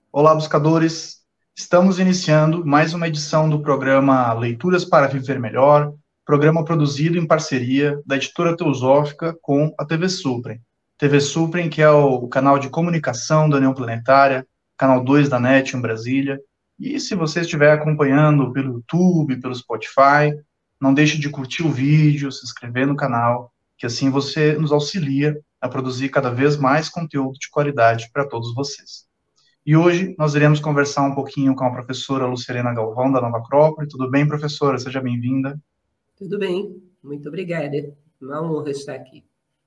Olá, buscadores! Estamos iniciando mais uma edição do programa Leituras para Viver Melhor, programa produzido em parceria da Editora Teosófica com a TV Suprem. TV Suprem, que é o canal de comunicação da União Planetária, canal 2 da NET em Brasília. E se você estiver acompanhando pelo YouTube, pelo Spotify, não deixe de curtir o vídeo, se inscrever no canal, que assim você nos auxilia a produzir cada vez mais conteúdo de qualidade para todos vocês. E hoje nós iremos conversar um pouquinho com a professora Lucilena Galvão, da Nova Acrópole. Tudo bem, professora? Seja bem-vinda. Tudo bem, muito obrigada. Uma honra estar aqui.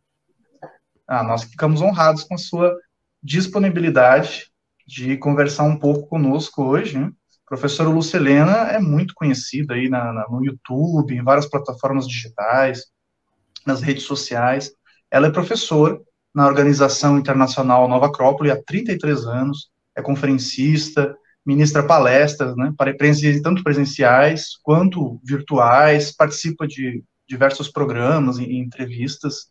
Nós ficamos honrados com a sua disponibilidade de conversar um pouco conosco hoje, né? A professora Lucilena é muito conhecida aí no YouTube, em várias plataformas digitais, nas redes sociais. Ela é professora na Organização Internacional Nova Acrópole há 33 anos, é conferencista, ministra palestras, né, tanto presenciais quanto virtuais, participa de diversos programas e entrevistas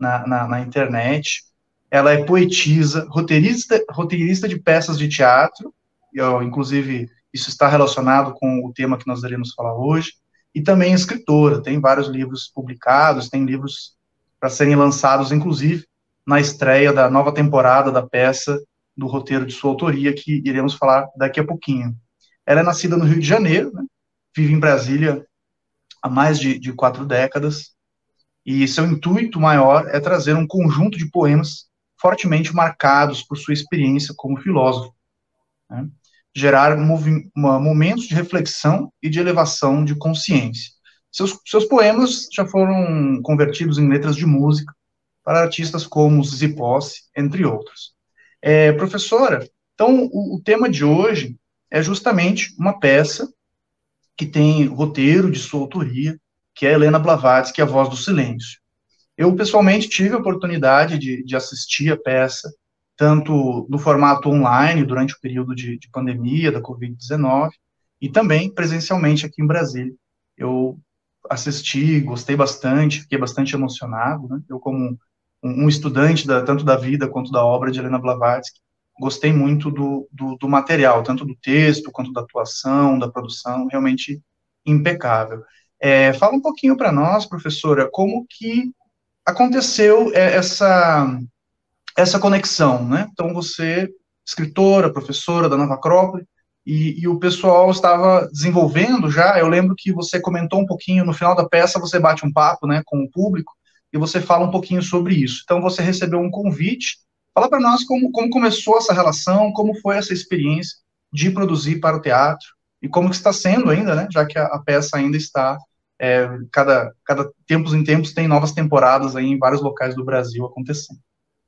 na internet. Ela é poetisa, roteirista de peças de teatro, inclusive isso está relacionado com o tema que nós iremos falar hoje, e também escritora, tem vários livros publicados, tem livros para serem lançados, inclusive, na estreia da nova temporada da peça do roteiro de sua autoria, que iremos falar daqui a pouquinho. Ela é nascida no Rio de Janeiro, né? Vive em Brasília há mais de 4 décadas, e seu intuito maior é trazer um conjunto de poemas fortemente marcados por sua experiência como filósofo, né? Gerar momentos de reflexão e de elevação de consciência. Seus poemas já foram convertidos em letras de música para artistas como Zizi Posse, entre outros. Professora, então o tema de hoje é justamente uma peça que tem roteiro de sua autoria, que é Helena Blavatsky, A Voz do Silêncio. Eu, pessoalmente, tive a oportunidade de assistir a peça, tanto no formato online, durante o período de pandemia da Covid-19, e também presencialmente aqui em Brasília. Eu assisti, gostei bastante, fiquei bastante emocionado, né? Eu, como um estudante tanto da vida quanto da obra de Helena Blavatsky, gostei muito do material, tanto do texto quanto da atuação, da produção, realmente impecável. Fala um pouquinho para nós, professora, como que aconteceu essa conexão, né? Então, você, escritora, professora da Nova Acrópole, e o pessoal estava desenvolvendo já, eu lembro que você comentou um pouquinho, no final da peça você bate um papo, né, com o público, e você fala um pouquinho sobre isso. Então, você recebeu um convite, fala para nós como começou essa relação, como foi essa experiência de produzir para o teatro, e como que está sendo ainda, né, já que a peça ainda está, cada tempos em tempos tem novas temporadas aí em vários locais do Brasil acontecendo.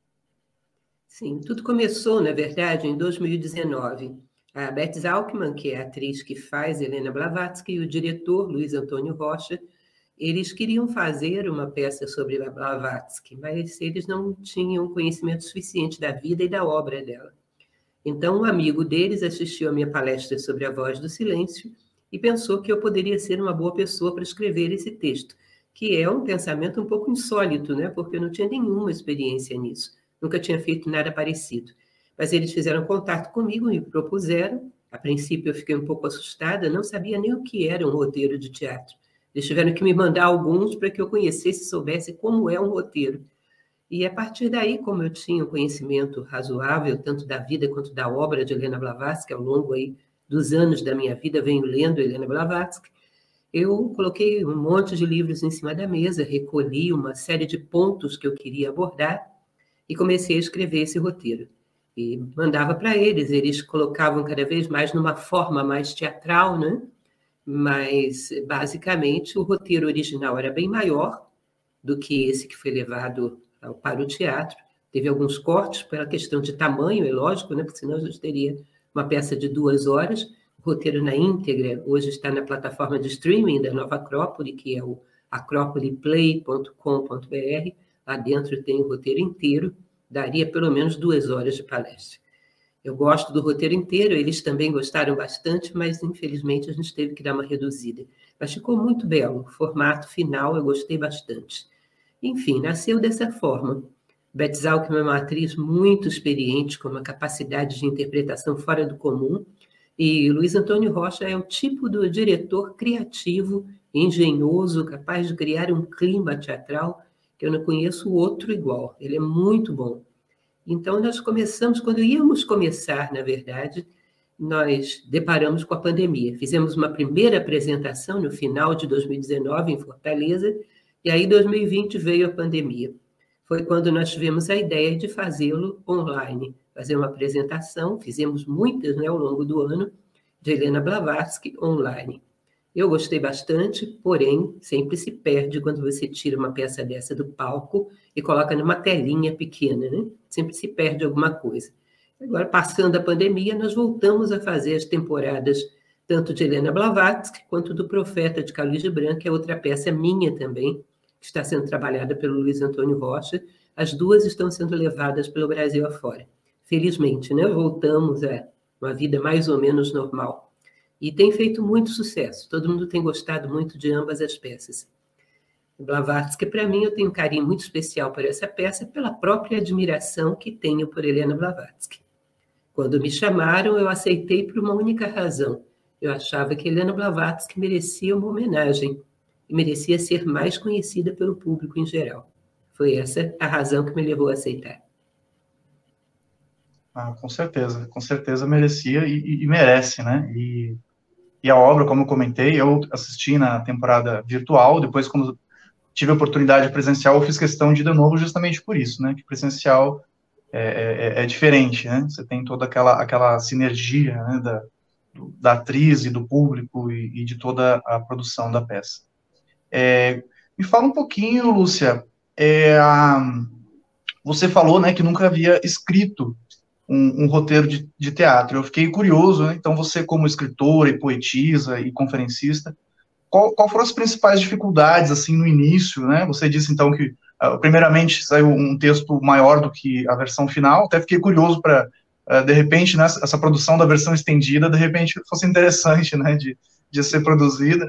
Sim, tudo começou, na verdade, em 2019. A Beth Zalkman, que é a atriz que faz Helena Blavatsky, e o diretor, Luiz Antônio Rocha, eles queriam fazer uma peça sobre Blavatsky, mas eles não tinham conhecimento suficiente da vida e da obra dela. Então, um amigo deles assistiu a minha palestra sobre A Voz do Silêncio e pensou que eu poderia ser uma boa pessoa para escrever esse texto, que é um pensamento um pouco insólito, né? Porque eu não tinha nenhuma experiência nisso, nunca tinha feito nada parecido. Mas eles fizeram contato comigo e me propuseram. A princípio eu fiquei um pouco assustada, não sabia nem o que era um roteiro de teatro. Eles tiveram que me mandar alguns para que eu conhecesse e soubesse como é um roteiro. E a partir daí, como eu tinha um conhecimento razoável, tanto da vida quanto da obra de Helena Blavatsky, ao longo aí dos anos da minha vida, venho lendo Helena Blavatsky, eu coloquei um monte de livros em cima da mesa, recolhi uma série de pontos que eu queria abordar e comecei a escrever esse roteiro. E mandava para eles, eles colocavam cada vez mais numa forma mais teatral, né? Mas, basicamente, o roteiro original era bem maior do que esse que foi levado para o teatro. Teve alguns cortes pela questão de tamanho, é lógico, né? Porque senão a gente teria uma peça de 2 horas. O roteiro na íntegra hoje está na plataforma de streaming da Nova Acrópole, que é o acropoleplay.com.br. Lá dentro tem o roteiro inteiro, daria pelo menos 2 horas de palestra. Eu gosto do roteiro inteiro, eles também gostaram bastante, mas infelizmente a gente teve que dar uma reduzida. Mas ficou muito belo, o formato final eu gostei bastante. Enfim, nasceu dessa forma. Beth Zalkman é uma atriz muito experiente, com uma capacidade de interpretação fora do comum, e Luiz Antônio Rocha é o tipo do diretor criativo, engenhoso, capaz de criar um clima teatral que eu não conheço outro igual. Ele é muito bom. Então, nós começamos, quando íamos começar, na verdade, nós deparamos com a pandemia. Fizemos uma primeira apresentação no final de 2019, em Fortaleza, e aí, em 2020, veio a pandemia. Foi quando nós tivemos a ideia de fazê-lo online, fazer uma apresentação, fizemos muitas, né, ao longo do ano, de Helena Blavatsky online. Eu gostei bastante, porém, sempre se perde quando você tira uma peça dessa do palco e coloca numa telinha pequena, né? Sempre se perde alguma coisa. Agora, passando a pandemia, nós voltamos a fazer as temporadas tanto de Helena Blavatsky quanto do Profeta de Carlos Gibran, que é outra peça minha também, que está sendo trabalhada pelo Luiz Antônio Rocha. As duas estão sendo levadas pelo Brasil afora. Felizmente, né? Voltamos a uma vida mais ou menos normal. E tem feito muito sucesso. Todo mundo tem gostado muito de ambas as peças. Blavatsky, para mim, eu tenho um carinho muito especial por essa peça, pela própria admiração que tenho por Helena Blavatsky. Quando me chamaram, eu aceitei por uma única razão. Eu achava que Helena Blavatsky merecia uma homenagem e merecia ser mais conhecida pelo público em geral. Foi essa a razão que me levou a aceitar. Com certeza merecia e merece, né? E a obra, como eu comentei, eu assisti na temporada virtual, depois, quando tive a oportunidade presencial, eu fiz questão de ir de novo justamente por isso, né? Que presencial é diferente, né? Você tem toda aquela sinergia, né? Da atriz e do público e de toda a produção da peça. Me fala um pouquinho, Lúcia, você falou, né, que nunca havia escrito um roteiro de teatro. Eu fiquei curioso, né? Então, você como escritora e poetisa e conferencista, qual foram as principais dificuldades, assim, no início, né? Você disse, então, que, primeiramente, saiu um texto maior do que a versão final. Até fiquei curioso para, de repente, né, essa produção da versão estendida, de repente, fosse interessante, né, de ser produzida.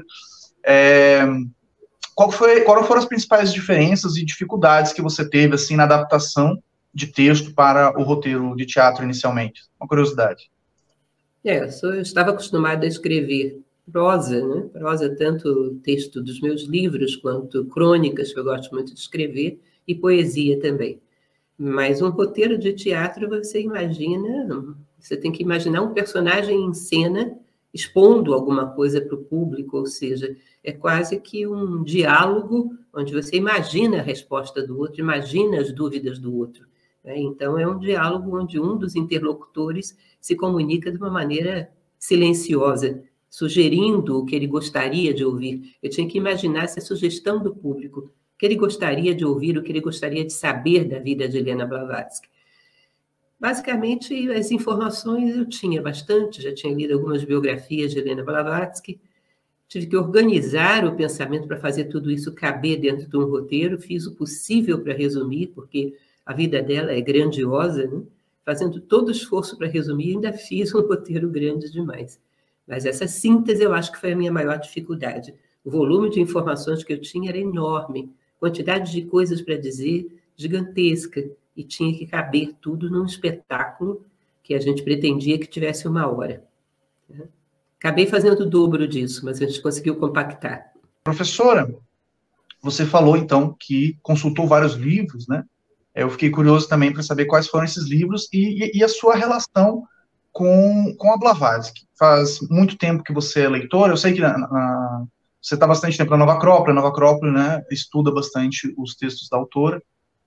Quais foram as principais diferenças e dificuldades que você teve, assim, na adaptação de texto para o roteiro de teatro inicialmente? Uma curiosidade. Eu estava acostumada a escrever prosa, né? Prosa, tanto texto dos meus livros, quanto crônicas, que eu gosto muito de escrever, e poesia também. Mas um roteiro de teatro, você tem que imaginar um personagem em cena expondo alguma coisa para o público, ou seja, é quase que um diálogo onde você imagina a resposta do outro, imagina as dúvidas do outro. Então, é um diálogo onde um dos interlocutores se comunica de uma maneira silenciosa, sugerindo o que ele gostaria de ouvir. Eu tinha que imaginar essa sugestão do público, o que ele gostaria de ouvir, o que ele gostaria de saber da vida de Helena Blavatsky. Basicamente, as informações eu tinha bastante, já tinha lido algumas biografias de Helena Blavatsky, tive que organizar o pensamento para fazer tudo isso caber dentro de um roteiro, fiz o possível para resumir, porque a vida dela é grandiosa, né? Fazendo todo o esforço para resumir, ainda fiz um roteiro grande demais. Mas essa síntese eu acho que foi a minha maior dificuldade. O volume de informações que eu tinha era enorme, quantidade de coisas para dizer gigantesca, e tinha que caber tudo num espetáculo que a gente pretendia que tivesse 1 hora. Acabei fazendo o dobro disso, mas a gente conseguiu compactar. Professora, você falou, então, que consultou vários livros, né? Eu fiquei curioso também para saber quais foram esses livros e a sua relação com a Blavatsky. Faz muito tempo que você é leitora, eu sei que você está bastante tempo na Nova Acrópole. A Nova Acrópole, né, estuda bastante os textos da autora.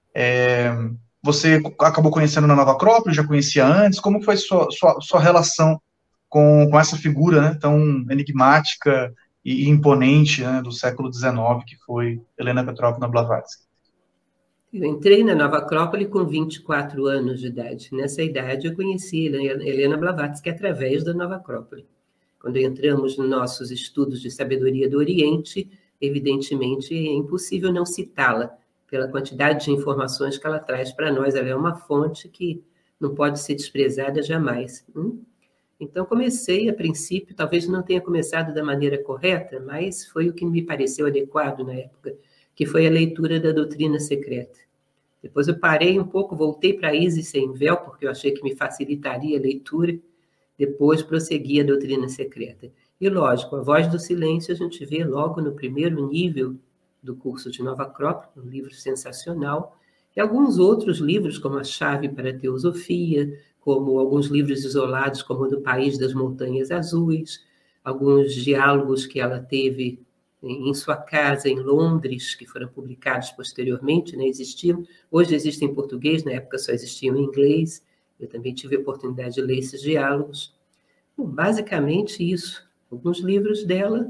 Você acabou conhecendo na Nova Acrópole, já conhecia antes? Como foi sua relação com essa figura, né, tão enigmática e imponente, né, do século XIX, que foi Helena Petrovna Blavatsky? Eu entrei na Nova Acrópole com 24 anos de idade. Nessa idade, eu conheci Helena Blavatsky através da Nova Acrópole. Quando entramos nos nossos estudos de sabedoria do Oriente, evidentemente é impossível não citá-la, pela quantidade de informações que ela traz para nós. Ela é uma fonte que não pode ser desprezada jamais. Então, comecei, a princípio, talvez não tenha começado da maneira correta, mas foi o que me pareceu adequado na época, que foi a leitura da Doutrina Secreta. Depois eu parei um pouco, voltei para Isis Sem Véu, porque eu achei que me facilitaria a leitura. Depois prossegui a Doutrina Secreta. E, lógico, A Voz do Silêncio a gente vê logo no primeiro nível do curso de Nova Acrópole, um livro sensacional, e alguns outros livros, como A Chave para a Teosofia, como alguns livros isolados, como o do País das Montanhas Azuis, alguns diálogos que ela teve em sua casa em Londres, que foram publicados posteriormente, né, existiam. Hoje existem em português, na época só existiam em inglês. Eu também tive a oportunidade de ler esses diálogos. Bom, basicamente isso. Alguns livros dela,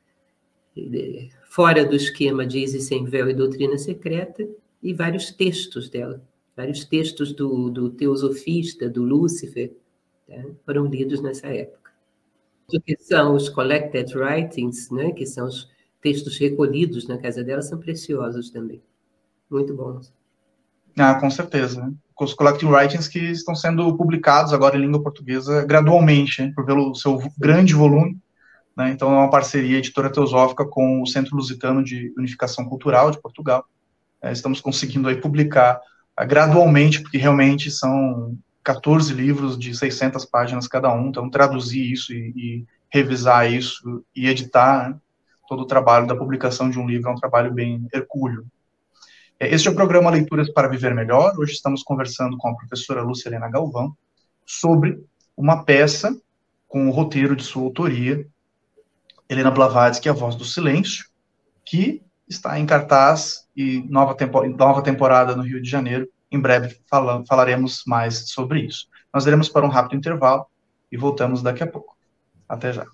fora do esquema de Isis Sem Véu e Doutrina Secreta, e vários textos dela, vários textos do teosofista, do Lúcifer, tá? Foram lidos nessa época. O que são os collected writings, né, que são os textos recolhidos na casa dela, são preciosos também. Muito bons. Com certeza. Né? Os collected writings que estão sendo publicados agora em língua portuguesa gradualmente, né, pelo seu grande volume. Né? Então, é uma parceria editora teosófica com o Centro Lusitano de Unificação Cultural de Portugal. Estamos conseguindo aí publicar gradualmente, porque realmente são 14 livros de 600 páginas cada um, então traduzir isso e revisar isso e editar, né? Todo o trabalho da publicação de um livro é um trabalho bem hercúleo. Este é o programa Leituras para Viver Melhor. Hoje estamos conversando com a professora Lucilena Galvão sobre uma peça com o roteiro de sua autoria, Helena Blavatsky, A Voz do Silêncio, que está em cartaz e nova temporada no Rio de Janeiro. Em breve falaremos mais sobre isso. Nós iremos para um rápido intervalo e voltamos daqui a pouco. Até já.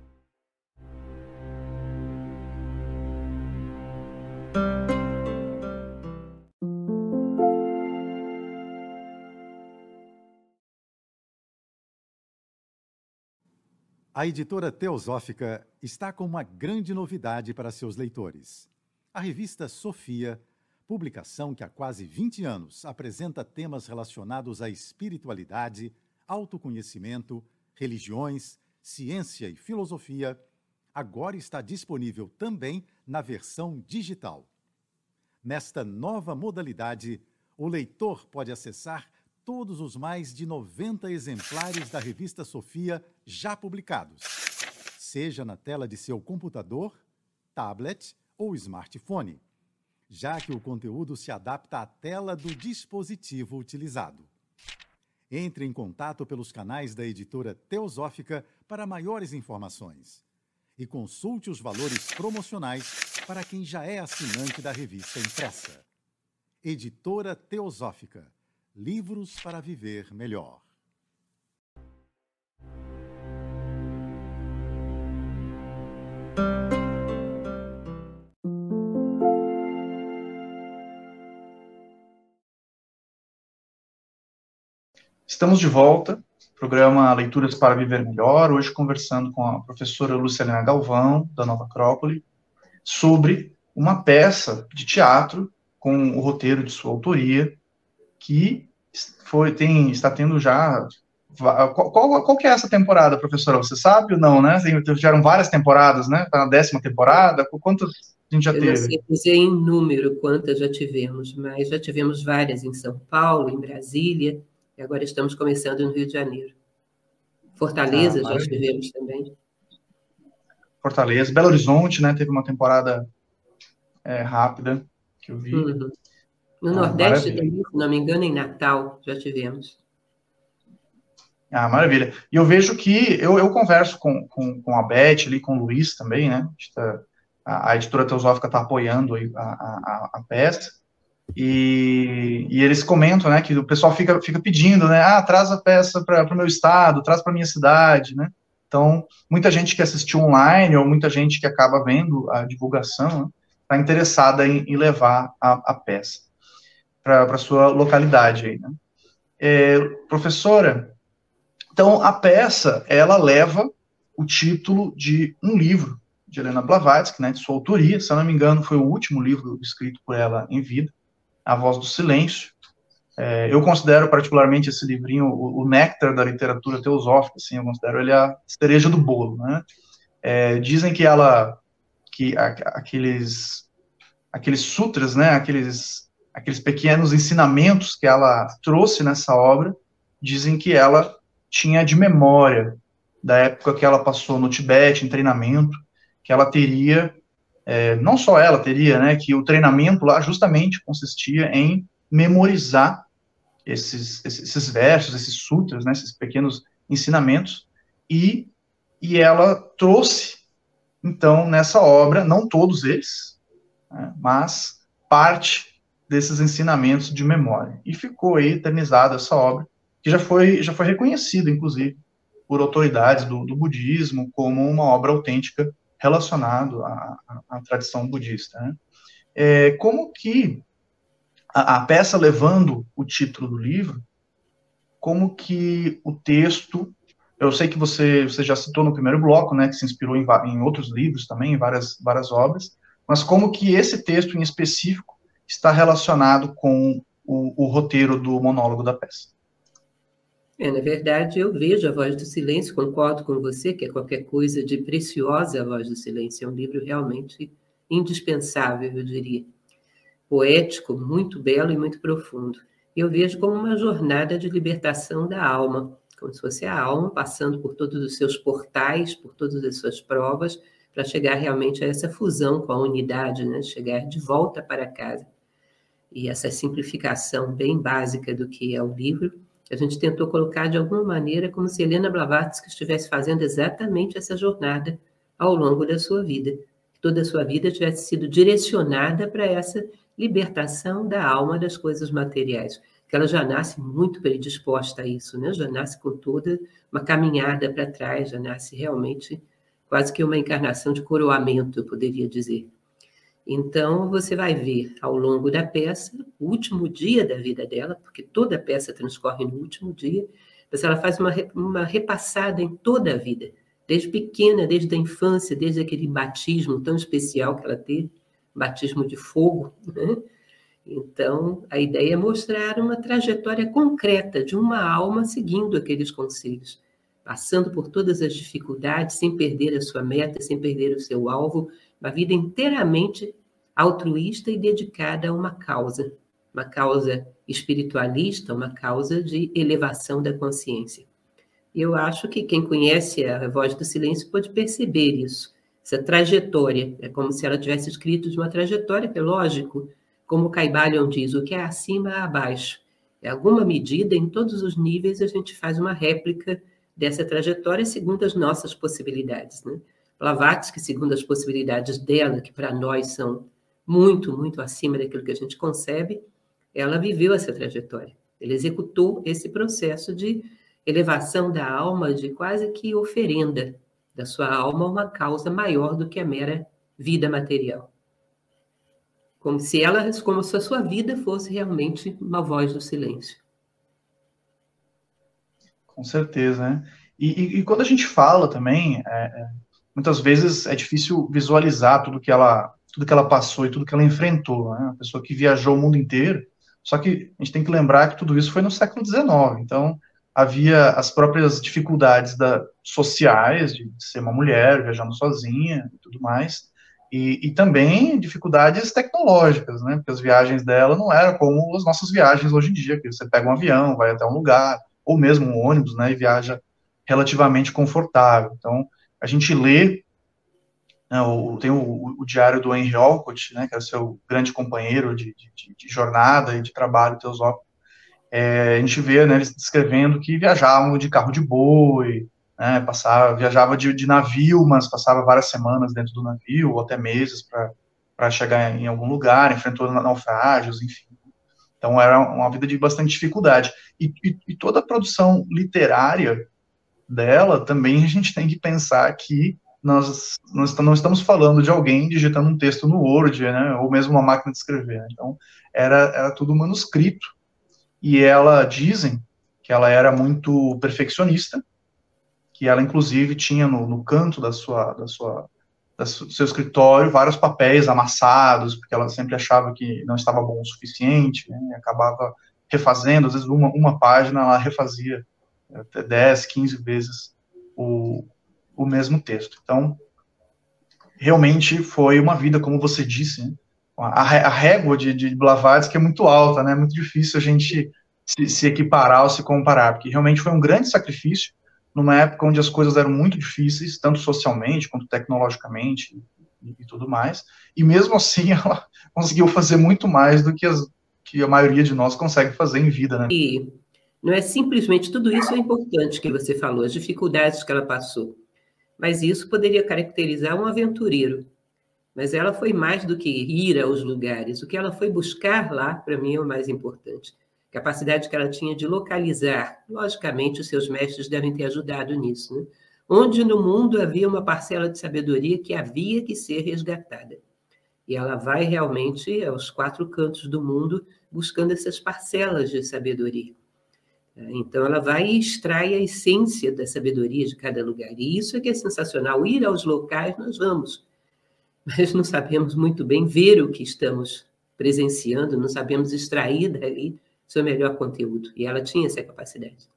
A editora Teosófica está com uma grande novidade para seus leitores. A revista Sofia, publicação que há quase 20 anos apresenta temas relacionados à espiritualidade, autoconhecimento, religiões, ciência e filosofia, agora está disponível também na versão digital. Nesta nova modalidade, o leitor pode acessar todos os mais de 90 exemplares da revista Sofia já publicados, seja na tela de seu computador, tablet ou smartphone, já que o conteúdo se adapta à tela do dispositivo utilizado. Entre em contato pelos canais da editora Teosófica para maiores informações e consulte os valores promocionais para quem já é assinante da revista impressa. Editora Teosófica. Livros para viver melhor. Estamos de volta, programa Leituras para Viver Melhor, hoje conversando com a professora Lucilena Galvão, da Nova Acrópole, sobre uma peça de teatro com o roteiro de sua autoria, que está tendo já... Qual que é essa temporada, professora? Você sabe ou não, né? Tiveram várias temporadas, né? Está na 10ª temporada. Quantas a gente já teve? Eu não sei dizer em número quantas já tivemos, mas já tivemos várias em São Paulo, em Brasília, e agora estamos começando no Rio de Janeiro. Fortaleza já tivemos também. Fortaleza. Belo Horizonte, né? Teve uma temporada rápida, que eu vi. Uhum. No Nordeste também, se não me engano, em Natal já tivemos. Maravilha. E eu vejo que eu converso com a Beth, ali, com o Luiz também, né? A editora Teosófica está apoiando aí a peça. E eles comentam, né, que o pessoal fica pedindo, né, traz a peça para o meu estado, traz para a minha cidade, né? Então, muita gente que assistiu online, ou muita gente que acaba vendo a divulgação, está interessada em levar a peça para a sua localidade aí, né? Professora, então, a peça, ela leva o título de um livro de Helena Blavatsky, né, de sua autoria, se eu não me engano, foi o último livro escrito por ela em vida, A Voz do Silêncio. Eu considero particularmente esse livrinho o néctar da literatura teosófica, assim, eu considero ele a cereja do bolo, né? Dizem que aqueles sutras, né, aqueles aqueles pequenos ensinamentos que ela trouxe nessa obra, dizem que ela tinha de memória da época que ela passou no Tibete, em treinamento, que ela teria, não só ela teria, né, que o treinamento lá justamente consistia em memorizar esses versos, esses sutras, né, esses pequenos ensinamentos, e ela trouxe, então, nessa obra, não todos eles, né, mas parte desses ensinamentos de memória. E ficou aí eternizada essa obra, que já foi reconhecida, inclusive, por autoridades do budismo como uma obra autêntica relacionada à tradição budista. Né? Como que a peça levando o título do livro, como que o texto, eu sei que você já citou no primeiro bloco, né, que se inspirou em outros livros também, em várias obras, mas como que esse texto em específico está relacionado com o roteiro do monólogo da peça? Na verdade, eu vejo A Voz do Silêncio, concordo com você, que é qualquer coisa de preciosa. A Voz do Silêncio é um livro realmente indispensável, eu diria. Poético, muito belo e muito profundo. Eu vejo como uma jornada de libertação da alma, como se fosse a alma passando por todos os seus portais, por todas as suas provas, para chegar realmente a essa fusão com a unidade, né? Chegar de volta para casa. E essa simplificação bem básica do que é o livro, a gente tentou colocar de alguma maneira como se Helena Blavatsky estivesse fazendo exatamente essa jornada ao longo da sua vida. Toda a sua vida tivesse sido direcionada para essa libertação da alma das coisas materiais. Que ela já nasce muito predisposta a isso, né? Já nasce com toda uma caminhada para trás, já nasce realmente quase que uma encarnação de coroamento, eu poderia dizer. Então, você vai ver ao longo da peça, o último dia da vida dela, porque toda a peça transcorre no último dia, mas ela faz uma repassada em toda a vida, desde pequena, desde a infância, desde aquele batismo tão especial que ela teve, batismo de fogo, né? Então, a ideia é mostrar uma trajetória concreta de uma alma seguindo aqueles conselhos, passando por todas as dificuldades, sem perder a sua meta, sem perder o seu alvo, uma vida inteiramente altruísta e dedicada a uma causa espiritualista, uma causa de elevação da consciência. E eu acho que quem conhece A Voz do Silêncio pode perceber isso, essa trajetória. É como se ela tivesse escrito de uma trajetória, que é lógico, como Caibalion diz, o que é acima é abaixo. Em alguma medida, em todos os níveis, a gente faz uma réplica dessa trajetória segundo as nossas possibilidades, né? Blavatsky, segundo as possibilidades dela, que para nós são muito, muito acima daquilo que a gente concebe, ela viveu essa trajetória. Ela executou esse processo de elevação da alma, de quase que oferenda da sua alma a uma causa maior do que a mera vida material. Como se a sua vida fosse realmente uma voz do silêncio. Com certeza, né? E quando a gente fala também, muitas vezes é difícil visualizar tudo que ela passou e tudo que ela enfrentou, né? Uma pessoa que viajou o mundo inteiro, só que a gente tem que lembrar que tudo isso foi no século XIX, então havia as próprias dificuldades sociais de ser uma mulher, viajando sozinha e tudo mais, e também dificuldades tecnológicas, né? Porque as viagens dela não eram como as nossas viagens hoje em dia, que você pega um avião, vai até um lugar, ou mesmo um ônibus, né? E viaja relativamente confortável. Então, a gente lê, né, tem o diário do Henry Olcott, né, que é o seu grande companheiro de jornada e de trabalho teosófico. A gente vê, né, eles descrevendo que viajavam de carro de boi, né, viajava de navio, mas passava várias semanas dentro do navio, ou até meses para chegar em algum lugar, enfrentou naufrágios, enfim. Então, era uma vida de bastante dificuldade. E toda a produção literária dela, também a gente tem que pensar que nós não estamos falando de alguém digitando um texto no Word, né, ou mesmo uma máquina de escrever. Né? Então, era tudo manuscrito. E dizem que ela era muito perfeccionista, que ela, inclusive, tinha no canto do seu escritório vários papéis amassados, porque ela sempre achava que não estava bom o suficiente, né, e acabava refazendo, às vezes uma página ela refazia até 10, 15 vezes o mesmo texto. Então, realmente foi uma vida, como você disse, né, a régua de Blavatsky é muito alta, né? É muito difícil a gente se equiparar ou se comparar, porque realmente foi um grande sacrifício numa época onde as coisas eram muito difíceis, tanto socialmente quanto tecnologicamente e tudo mais, e mesmo assim ela conseguiu fazer muito mais do que a maioria de nós consegue fazer em vida, né? E não é simplesmente tudo isso é importante que você falou, as dificuldades que ela passou, mas isso poderia caracterizar um aventureiro. Mas ela foi mais do que ir aos lugares. O que ela foi buscar lá, para mim, é o mais importante. A capacidade que ela tinha de localizar. Logicamente, os seus mestres devem ter ajudado nisso, né? Onde no mundo havia uma parcela de sabedoria que havia que ser resgatada. E ela vai realmente aos 4 cantos do mundo buscando essas parcelas de sabedoria. Então, ela vai e extrai a essência da sabedoria de cada lugar. E isso é que é sensacional. Ir aos locais, nós vamos. Mas não sabemos muito bem ver o que estamos presenciando, não sabemos extrair dali seu melhor conteúdo. E ela tinha essa capacidade.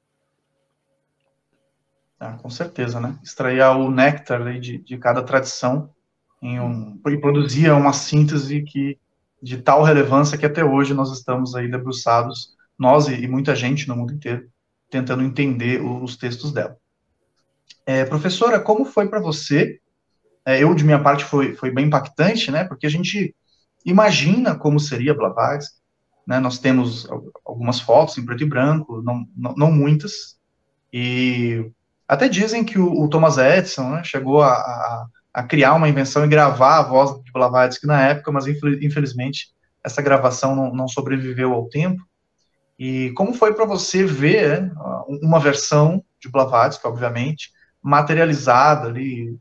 Com certeza, né? Extrair o néctar de cada tradição e produzia uma síntese de tal relevância que até hoje nós estamos aí debruçados, nós e muita gente no mundo inteiro, tentando entender os textos dela. Professora, como foi para você? Eu, de minha parte, foi bem impactante, né? Porque a gente imagina como seria Blavatsky, né? Nós temos algumas fotos em preto e branco, não muitas, e até dizem que o Thomas Edison, né, chegou a criar uma invenção e gravar a voz de Blavatsky na época, mas infelizmente essa gravação não sobreviveu ao tempo. E como foi para você ver uma versão de Blavatsky, obviamente, materializada ali,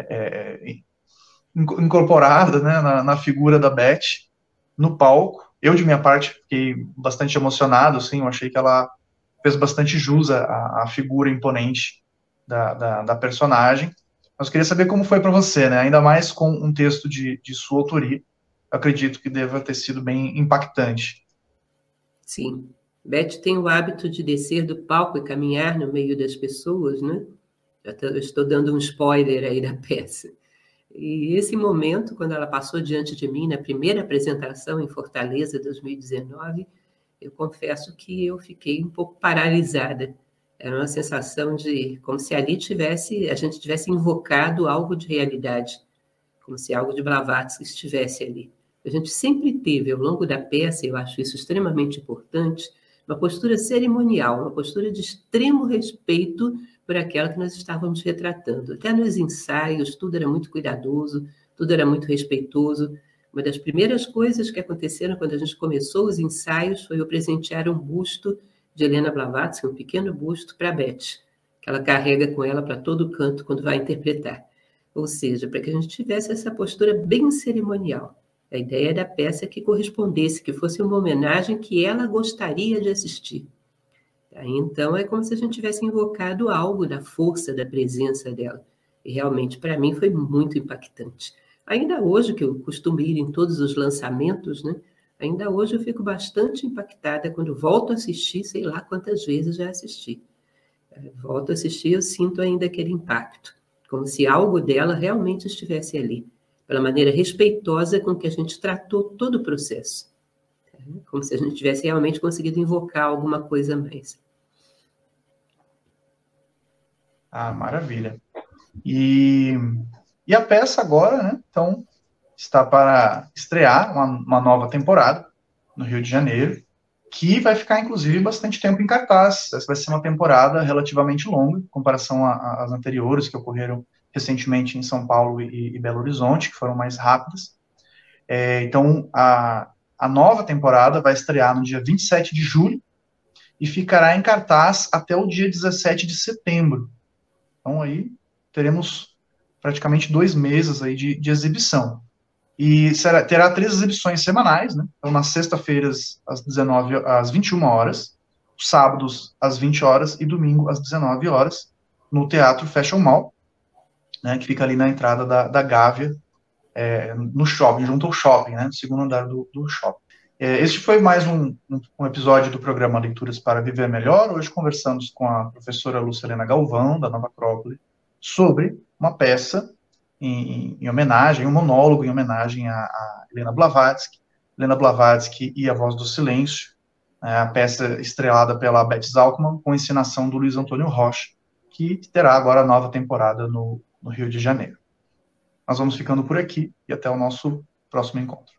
incorporada, né, na figura da Beth no palco? Eu, de minha parte, fiquei bastante emocionado, assim, eu achei que ela fez bastante jus à figura imponente da personagem. Mas eu queria saber como foi para você, né, ainda mais com um texto de sua autoria, eu acredito que deva ter sido bem impactante. Sim. Beth tem o hábito de descer do palco e caminhar no meio das pessoas, né? Estou dando um spoiler aí da peça. E esse momento, quando ela passou diante de mim na primeira apresentação em Fortaleza, 2019, eu confesso que eu fiquei um pouco paralisada. Era uma sensação de como se ali a gente tivesse invocado algo de realidade, como se algo de Blavatsky estivesse ali. A gente sempre teve, ao longo da peça, eu acho isso extremamente importante, uma postura cerimonial, uma postura de extremo respeito por aquela que nós estávamos retratando. Até nos ensaios, tudo era muito cuidadoso, tudo era muito respeitoso. Uma das primeiras coisas que aconteceram quando a gente começou os ensaios foi eu presentear um busto de Helena Blavatsky, um pequeno busto, para a Beth, que ela carrega com ela para todo canto quando vai interpretar. Ou seja, para que a gente tivesse essa postura bem cerimonial. A ideia da peça é que correspondesse, que fosse uma homenagem que ela gostaria de assistir. Então, é como se a gente tivesse invocado algo da força, da presença dela. E realmente, para mim, foi muito impactante. Ainda hoje, que eu costumo ir em todos os lançamentos, né? Ainda hoje eu fico bastante impactada quando volto a assistir, sei lá quantas vezes já assisti. Volto a assistir, eu sinto ainda aquele impacto, como se algo dela realmente estivesse ali, pela maneira respeitosa com que a gente tratou todo o processo. Como se a gente tivesse realmente conseguido invocar alguma coisa a mais. Maravilha. E a peça agora, né, então, está para estrear uma nova temporada no Rio de Janeiro, que vai ficar, inclusive, bastante tempo em cartaz. Essa vai ser uma temporada relativamente longa, em comparação às anteriores, que ocorreram recentemente em São Paulo e Belo Horizonte, que foram mais rápidas. Então, a nova temporada vai estrear no dia 27 de julho e ficará em cartaz até o dia 17 de setembro. Então, aí teremos praticamente 2 meses aí de exibição. E terá 3 exibições semanais, né? Então, nas sexta-feiras, às 21 horas, sábados, às 20 horas e domingo, às 19 horas, no Teatro Fashion Mall, né, que fica ali na entrada da Gávea, no shopping, junto ao shopping, né, no segundo andar do shopping. Este foi mais um episódio do programa Leituras para Viver Melhor. Hoje conversamos com a professora Lucilena Galvão, da Nova Acrópole, sobre uma peça em homenagem, um monólogo em homenagem a Helena Blavatsky e A Voz do Silêncio, a peça estrelada pela Beth Zalkman, com encenação do Luiz Antônio Rocha, que terá agora a nova temporada no Rio de Janeiro. Nós vamos ficando por aqui e até o nosso próximo encontro.